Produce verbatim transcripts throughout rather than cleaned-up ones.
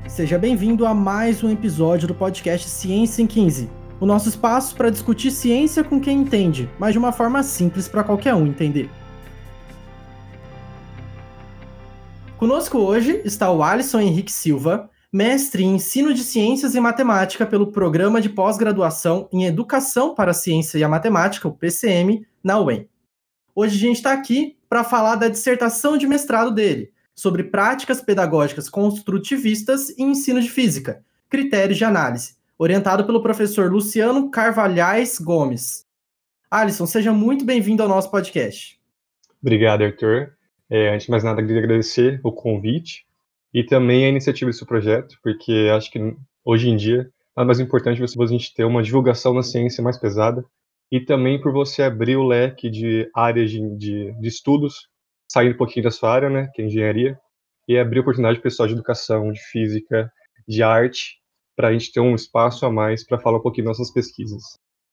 Seja bem-vindo a mais um episódio do podcast Ciência em quinze, o nosso espaço para discutir ciência com quem entende, mas de uma forma simples para qualquer um entender. Conosco hoje está o Alisson Henrique Silva, mestre em Ensino de Ciências e Matemática pelo Programa de Pós-Graduação em Educação para a Ciência e a Matemática, o P C M, na U E M. Hoje a gente está aqui para falar da dissertação de mestrado dele, sobre práticas pedagógicas construtivistas e ensino de física, critérios de análise, orientado pelo professor Luciano Carvalhais Gomes. Alisson, seja muito bem-vindo ao nosso podcast. Obrigado, Arthur. É, antes de mais nada, queria agradecer o convite e também a iniciativa desse projeto, porque acho que hoje em dia é mais importante você, a gente ter uma divulgação na ciência mais pesada e também por você abrir o leque de áreas de, de, de estudos, saindo um pouquinho da sua área, né, que é engenharia, e abrir oportunidade para o pessoal de educação, de física, de arte, para a gente ter um espaço a mais para falar um pouquinho das nossas pesquisas.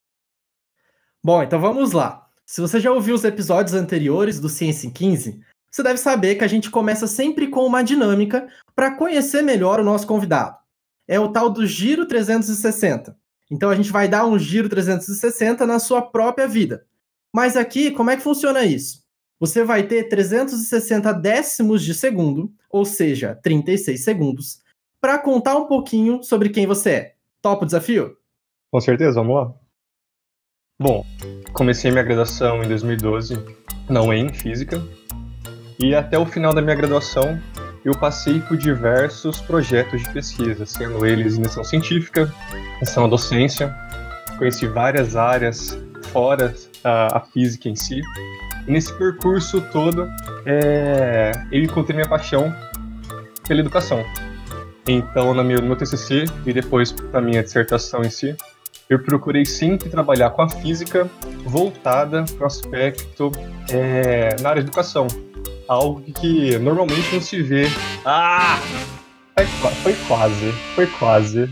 Bom, então vamos lá. Se você já ouviu os episódios anteriores do Ciência em quinze, você deve saber que a gente começa sempre com uma dinâmica para conhecer melhor o nosso convidado. É o tal do Giro trezentos e sessenta. Então a gente vai dar um giro trezentos e sessenta na sua própria vida. Mas aqui, como é que funciona isso? Você vai ter trezentos e sessenta décimos de segundo, ou seja, trinta e seis segundos, para contar um pouquinho sobre quem você é. Topa o desafio? Com certeza, vamos lá. Bom, comecei minha graduação em dois mil e doze na U E M, em Física, e até o final da minha graduação eu passei por diversos projetos de pesquisa, sendo eles iniciação científica, iniciação à docência, conheci várias áreas fora a, a física em si. E nesse percurso todo, é, eu encontrei minha paixão pela educação. Então, no meu, no meu T C C e depois para minha dissertação em si, eu procurei sempre trabalhar com a física voltada para o aspecto é, na área de educação. Algo que normalmente não se vê. Ah! Foi, foi quase, foi quase.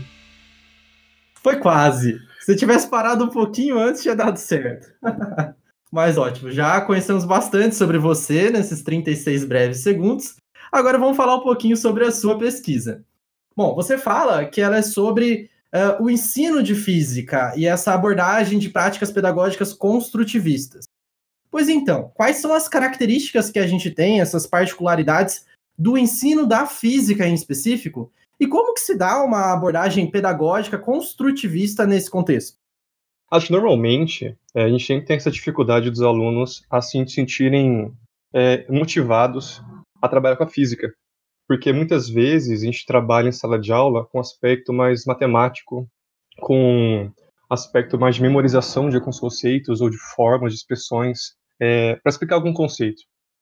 Foi quase. Se tivesse parado um pouquinho antes, tinha dado certo. Mas ótimo, já conhecemos bastante sobre você nesses trinta e seis breves segundos. Agora vamos falar um pouquinho sobre a sua pesquisa. Bom, você fala que ela é sobre uh, o ensino de física e essa abordagem de práticas pedagógicas construtivistas. Pois então, quais são as características que a gente tem, essas particularidades do ensino da física em específico, e como que se dá uma abordagem pedagógica construtivista nesse contexto? Acho que normalmente é, a gente tem essa dificuldade dos alunos a se sentirem é, motivados a trabalhar com a física, porque muitas vezes a gente trabalha em sala de aula com aspecto mais matemático, com aspecto mais de memorização de alguns conceitos ou de formas, de expressões, é, para explicar algum conceito.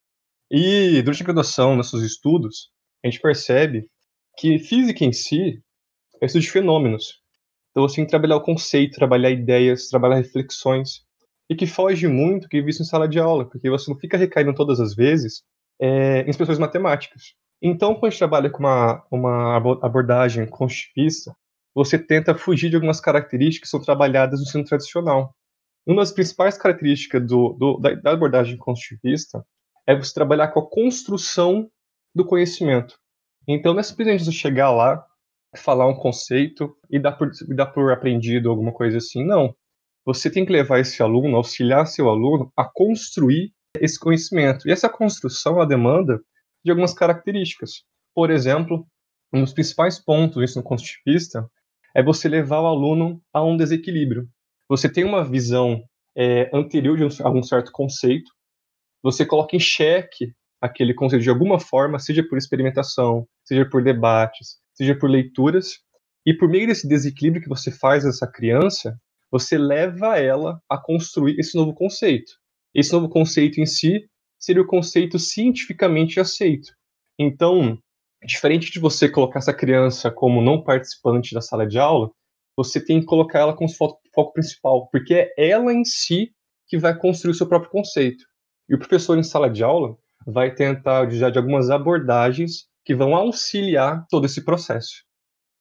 E durante a graduação, nossos estudos, a gente percebe que física em si é estudo de fenômenos. Então você tem que trabalhar o conceito, trabalhar ideias, trabalhar reflexões, e que foge muito do que é visto em sala de aula, porque você não fica recaindo todas as vezes é, em expressões matemáticas. Então, quando a gente trabalha com uma, uma abordagem construtivista, você tenta fugir de algumas características que são trabalhadas no ensino tradicional. Uma das principais características do, do, da, da abordagem construtivista é você trabalhar com a construção do conhecimento. Então, não é simplesmente você chegar lá, falar um conceito e dar por, dar por aprendido alguma coisa assim. Não. Você tem que levar esse aluno, auxiliar seu aluno a construir esse conhecimento. E essa construção, ela demanda de algumas características. Por exemplo, um dos principais pontos do ensino construtivista é você levar o aluno a um desequilíbrio. Você tem uma visão é, anterior de um, a um certo conceito, você coloca em xeque aquele conceito de alguma forma, seja por experimentação, seja por debates, seja por leituras, e por meio desse desequilíbrio que você faz nessa criança, você leva ela a construir esse novo conceito. Esse novo conceito em si seria o conceito cientificamente aceito. Então, diferente de você colocar essa criança como não participante da sala de aula, você tem que colocar ela como foco, foco principal, porque é ela em si que vai construir o seu próprio conceito. E o professor em sala de aula vai tentar já de algumas abordagens que vão auxiliar todo esse processo.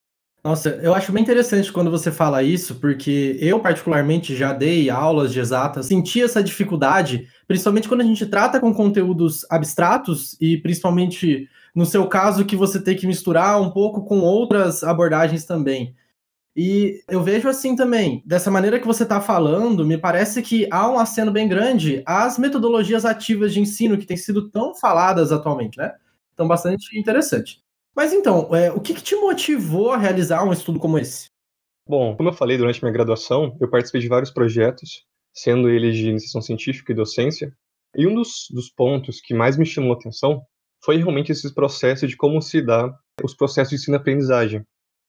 Nossa, eu acho bem interessante quando você fala isso, porque eu particularmente já dei aulas de exatas, senti essa dificuldade, principalmente quando a gente trata com conteúdos abstratos e principalmente no seu caso que você tem que misturar um pouco com outras abordagens também. E eu vejo assim também, dessa maneira que você está falando, me parece que há um aceno bem grande às metodologias ativas de ensino que têm sido tão faladas atualmente, né? Então, bastante interessante. Mas então, é, o que, que te motivou a realizar um estudo como esse? Bom, como eu falei durante minha graduação, eu participei de vários projetos, sendo eles de iniciação científica e docência, e um dos, dos pontos que mais me chamou a atenção foi realmente esses processos de como se dá os processos de ensino-aprendizagem.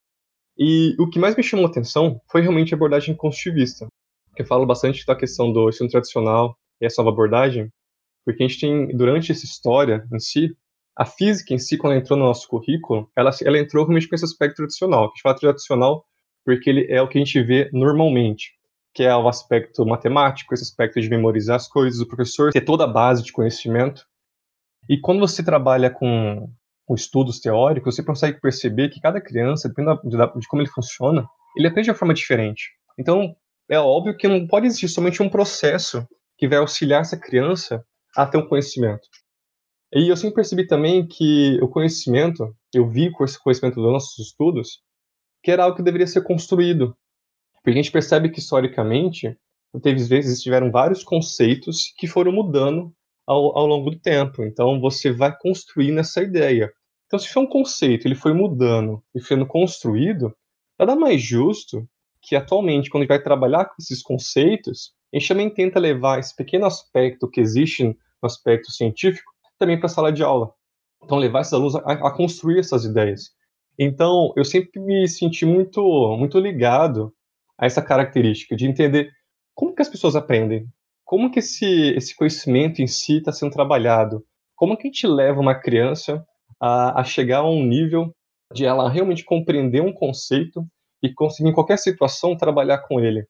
E o que mais me chamou a atenção foi realmente a abordagem construtivista, que eu falo bastante da questão do ensino tradicional e essa nova abordagem, porque a gente tem, durante essa história em si, a física em si, quando ela entrou no nosso currículo, ela, ela entrou realmente com esse aspecto tradicional. A gente fala tradicional porque ele é o que a gente vê normalmente, que é o aspecto matemático, esse aspecto de memorizar as coisas, o professor ter toda a base de conhecimento. E quando você trabalha com, com estudos teóricos, você consegue perceber que cada criança, dependendo da, de, de como ele funciona, ele aprende de uma forma diferente. Então, é óbvio que não pode existir somente um processo que vai auxiliar essa criança a ter um conhecimento. E eu sempre percebi também que o conhecimento, eu vi com esse conhecimento dos nossos estudos, que era algo que deveria ser construído. Porque a gente percebe que, historicamente, teve vezes, tiveram vários conceitos que foram mudando ao, ao longo do tempo. Então, você vai construindo essa ideia. Então, se for um conceito, ele foi mudando e sendo construído, nada mais justo que, atualmente, quando a gente vai trabalhar com esses conceitos, a gente também tenta levar esse pequeno aspecto que existe no aspecto científico também para a sala de aula. Então, levar esses alunos a, a construir essas ideias. Então, eu sempre me senti muito, muito ligado a essa característica de entender como que as pessoas aprendem, como que esse, esse conhecimento em si está sendo trabalhado, como que a gente leva uma criança a, a chegar a um nível de ela realmente compreender um conceito e conseguir em qualquer situação trabalhar com ele.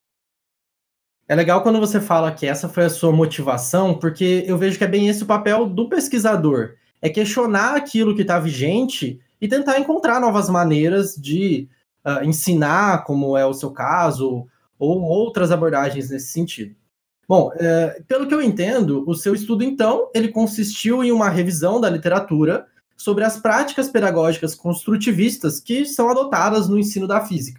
É legal quando você fala que essa foi a sua motivação, porque eu vejo que é bem esse o papel do pesquisador. É questionar aquilo que está vigente e tentar encontrar novas maneiras de uh, ensinar, como é o seu caso, ou outras abordagens nesse sentido. Bom, é, pelo que eu entendo, o seu estudo, então, ele consistiu em uma revisão da literatura sobre as práticas pedagógicas construtivistas que são adotadas no ensino da física.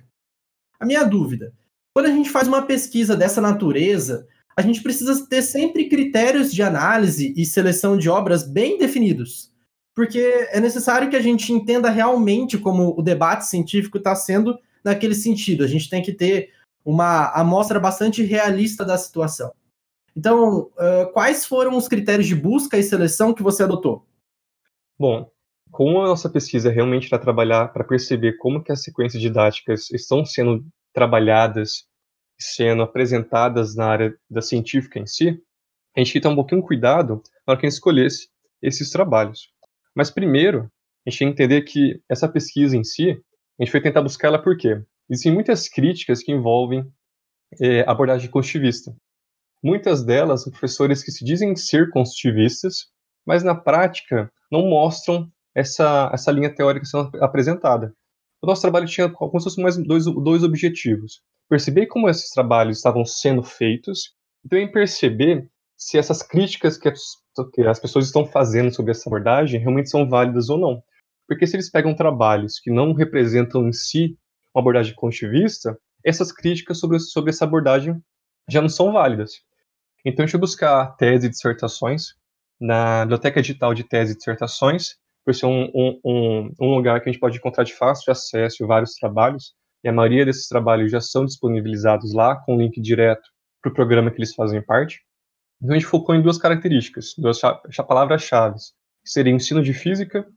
A minha dúvida: quando a gente faz uma pesquisa dessa natureza, a gente precisa ter sempre critérios de análise e seleção de obras bem definidos, porque é necessário que a gente entenda realmente como o debate científico está sendo naquele sentido. A gente tem que ter uma amostra bastante realista da situação. Então, uh, quais foram os critérios de busca e seleção que você adotou? Bom, como a nossa pesquisa realmente para trabalhar, para perceber como que as sequências didáticas estão sendo trabalhadas, sendo apresentadas na área da científica em si, a gente tem que ter um pouquinho de cuidado na hora que a gente escolhesse esses trabalhos. Mas primeiro, a gente tem que entender que essa pesquisa em si, a gente foi tentar buscar ela por quê? Existem muitas críticas que envolvem é, abordagem construtivista. Muitas delas são professores que se dizem ser construtivistas, mas na prática não mostram essa, essa linha teórica sendo apresentada. O nosso trabalho tinha como se fossem mais dois, dois objetivos. Perceber como esses trabalhos estavam sendo feitos e também perceber se essas críticas que as, que as pessoas estão fazendo sobre essa abordagem realmente são válidas ou não. Porque se eles pegam trabalhos que não representam em si uma abordagem construtivista, essas críticas sobre, sobre essa abordagem já não são válidas. Então, a gente vai buscar tese e dissertações na Biblioteca Digital de Tese e Dissertações, por ser um, um, um, um lugar que a gente pode encontrar de fácil acesso vários trabalhos, e a maioria desses trabalhos já são disponibilizados lá, com link direto para o programa que eles fazem parte. Então, a gente focou em duas características, duas palavras-chave, que seriam ensino de física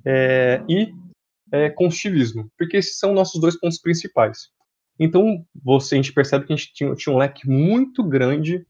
é, e é, construtivismo, porque esses são nossos dois pontos principais. Então, você, a gente percebe que a gente tinha, tinha um leque muito grande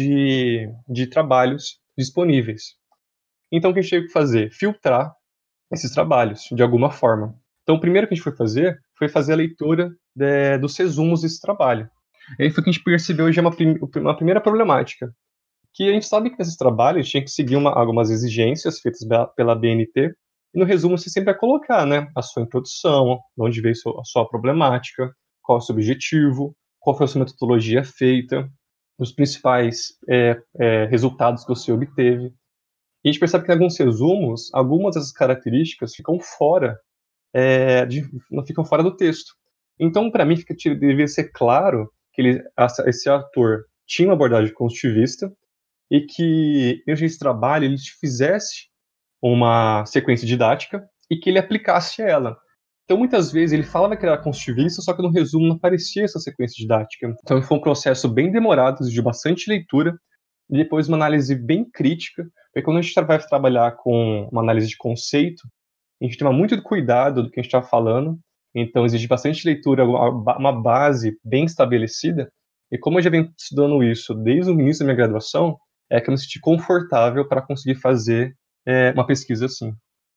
de, de trabalhos disponíveis. Então, o que a gente teve que fazer? Filtrar esses trabalhos, de alguma forma. Então, o primeiro que a gente foi fazer foi fazer a leitura de, dos resumos desse trabalho. E aí foi que a gente percebeu já uma, uma primeira problemática, que a gente sabe que nesses trabalhos tinha que seguir uma, algumas exigências feitas pela B N T, E no resumo você sempre vai colocar, né, a sua introdução, de onde veio a sua problemática, qual é o seu objetivo, qual foi a sua metodologia feita, os principais é, é, resultados que você obteve. E a gente percebe que em alguns resumos, algumas dessas características ficam fora, é, de, não ficam fora do texto. Então, para mim, fica, deveria ser claro que ele, esse autor tinha uma abordagem construtivista e que, nesse trabalho, ele fizesse uma sequência didática e que ele aplicasse ela. Então, muitas vezes, ele falava que era construtivista, só que no resumo não aparecia essa sequência didática. Então, foi um processo bem demorado, de bastante leitura, e depois uma análise bem crítica, porque quando a gente vai trabalhar com uma análise de conceito, a gente toma muito cuidado do que a gente está falando, então exige bastante leitura, uma base bem estabelecida, e como eu já venho estudando isso desde o início da minha graduação, é que eu me senti confortável para conseguir fazer é, uma pesquisa assim.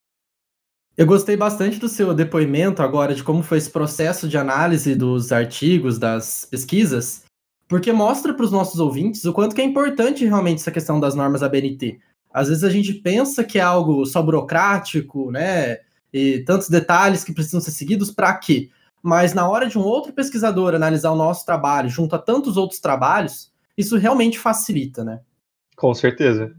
Eu gostei bastante do seu depoimento agora de como foi esse processo de análise dos artigos, das pesquisas, porque mostra para os nossos ouvintes o quanto que é importante realmente essa questão das normas A B N T. Às vezes a gente pensa que é algo só burocrático, né, e tantos detalhes que precisam ser seguidos para quê? Mas na hora de um outro pesquisador analisar o nosso trabalho junto a tantos outros trabalhos, isso realmente facilita, né? Com certeza.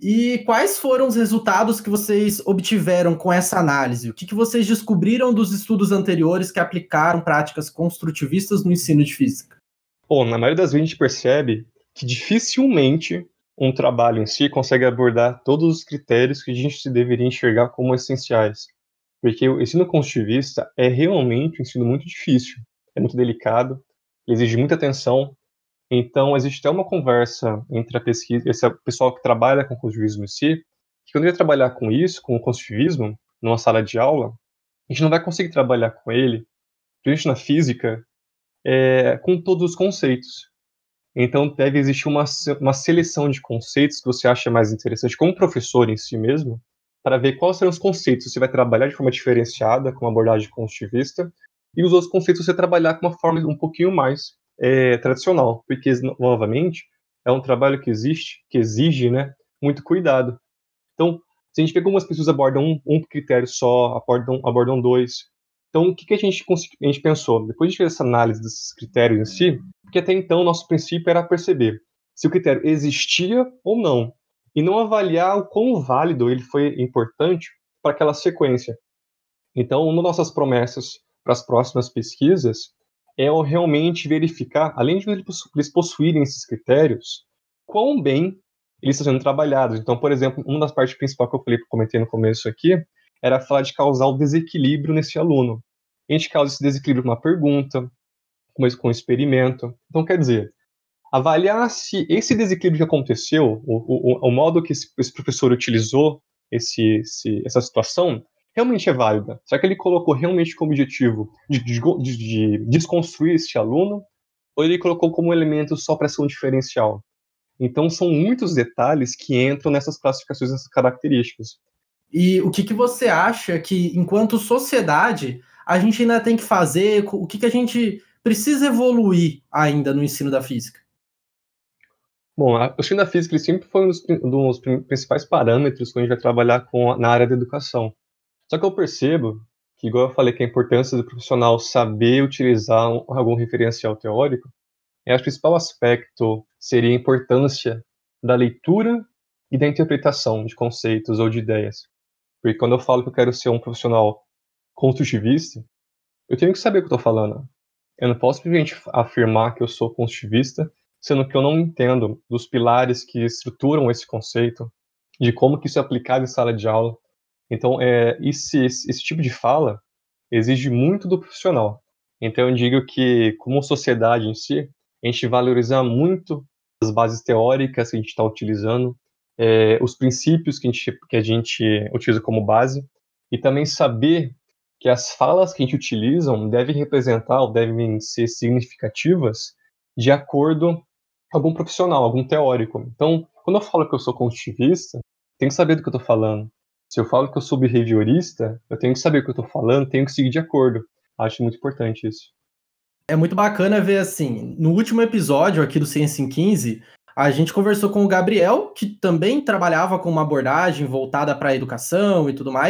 E quais foram os resultados que vocês obtiveram com essa análise? O que, que vocês descobriram dos estudos anteriores que aplicaram práticas construtivistas no ensino de física? Bom, na maioria das vezes a gente percebe que dificilmente um trabalho em si consegue abordar todos os critérios que a gente deveria enxergar como essenciais. Porque o ensino construtivista é realmente um ensino muito difícil, é muito delicado, exige muita atenção. Então, existe até uma conversa entre a pesquisa, esse pessoal que trabalha com construtivismo em si, que quando ele trabalhar com isso, com o construtivismo, numa sala de aula, a gente não vai conseguir trabalhar com ele, principalmente na física, é, com todos os conceitos. Então, deve existir uma, uma seleção de conceitos que você acha mais interessante como professor em si mesmo, para ver quais serão os conceitos você vai trabalhar de forma diferenciada, com uma abordagem construtivista, e os outros conceitos você trabalhar com uma forma um pouquinho mais é, tradicional, porque, novamente, é um trabalho que existe, que exige, né, muito cuidado. Então, se a gente pega algumas pessoas abordam um, um critério só, abordam, abordam dois. Então, o que, que a, gente, a gente pensou? Depois de fazer essa análise desses critérios em si, porque até então nosso princípio era perceber se o critério existia ou não, e não avaliar o quão válido ele foi importante para aquela sequência. Então, uma das nossas promessas para as próximas pesquisas é realmente verificar, além de eles possuírem esses critérios, quão bem eles estão sendo trabalhados. Então, por exemplo, uma das partes principais que eu falei, comentei no começo aqui, era falar de causar o desequilíbrio nesse aluno. A gente causa esse desequilíbrio com uma pergunta, com um experimento. Então, quer dizer, avaliar se esse desequilíbrio que aconteceu, o, o, o modo que esse, esse professor utilizou esse, esse, essa situação, realmente é válida. Será que ele colocou realmente como objetivo de, de, de, de desconstruir esse aluno, ou ele colocou como elemento só para ser um diferencial? Então, são muitos detalhes que entram nessas classificações, nessas características. E o que, que você acha que, enquanto sociedade, a gente ainda tem que fazer? O que, que a gente precisa evoluir ainda no ensino da física? Bom, o ensino da física ele sempre foi um dos, um dos principais parâmetros quando a gente vai trabalhar com, na área da educação. Só que eu percebo que, igual eu falei, que a importância do profissional saber utilizar um, algum referencial teórico, é o principal aspecto seria a importância da leitura e da interpretação de conceitos ou de ideias. Porque quando eu falo que eu quero ser um profissional construtivista, eu tenho que saber o que eu estou falando. Eu não posso simplesmente afirmar que eu sou construtivista, sendo que eu não entendo dos pilares que estruturam esse conceito, de como que isso é aplicado em sala de aula. Então, é, esse, esse tipo de fala exige muito do profissional. Então, eu digo que, como sociedade em si, a gente valoriza muito as bases teóricas que a gente está utilizando, é, os princípios que a, gente, que a gente utiliza como base, e também saber que as falas que a gente utiliza devem representar ou devem ser significativas de acordo com algum profissional, algum teórico. Então, quando eu falo que eu sou construtivista, tem que saber do que eu estou falando. Se eu falo que eu sou behaviorista, eu tenho que saber o que eu estou falando, tenho que seguir de acordo. Acho muito importante isso. É muito bacana ver, assim, no último episódio aqui do Ciência em quinze, a gente conversou com o Gabriel, que também trabalhava com uma abordagem voltada para a educação e tudo mais,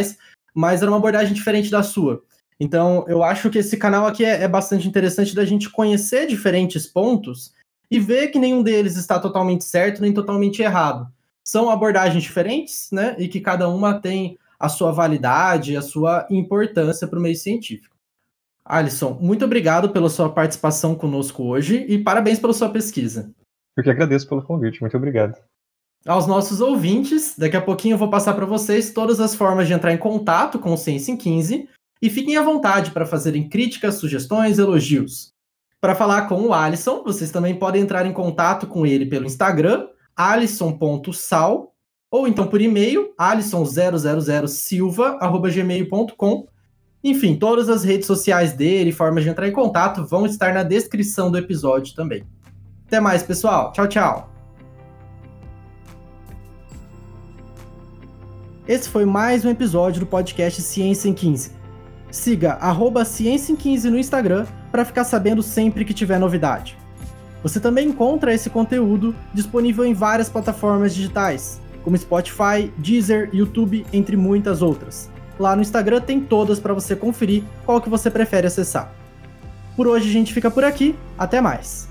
mas era uma abordagem diferente da sua. Então, eu acho que esse canal aqui é, é bastante interessante da gente conhecer diferentes pontos e ver que nenhum deles está totalmente certo nem totalmente errado. São abordagens diferentes, né? E que cada uma tem a sua validade, a sua importância para o meio científico. Alisson, muito obrigado pela sua participação conosco hoje e parabéns pela sua pesquisa. Eu que agradeço pelo convite, muito obrigado. Aos nossos ouvintes, daqui a pouquinho eu vou passar para vocês todas as formas de entrar em contato com o Ciência em quinze e fiquem à vontade para fazerem críticas, sugestões, elogios. Para falar com o Alisson, vocês também podem entrar em contato com ele pelo Instagram, alisson ponto sal, ou então por e-mail, alisson zero zero zero silva arroba gmail ponto com. Enfim, todas as redes sociais dele e formas de entrar em contato vão estar na descrição do episódio também. Até mais, pessoal. Tchau, tchau. Esse foi mais um episódio do podcast Ciência em quinze. Siga arroba Ciência em quinze no Instagram para ficar sabendo sempre que tiver novidade. Você também encontra esse conteúdo disponível em várias plataformas digitais, como Spotify, Deezer, YouTube, entre muitas outras. Lá no Instagram tem todas para você conferir qual que você prefere acessar. Por hoje a gente fica por aqui, até mais!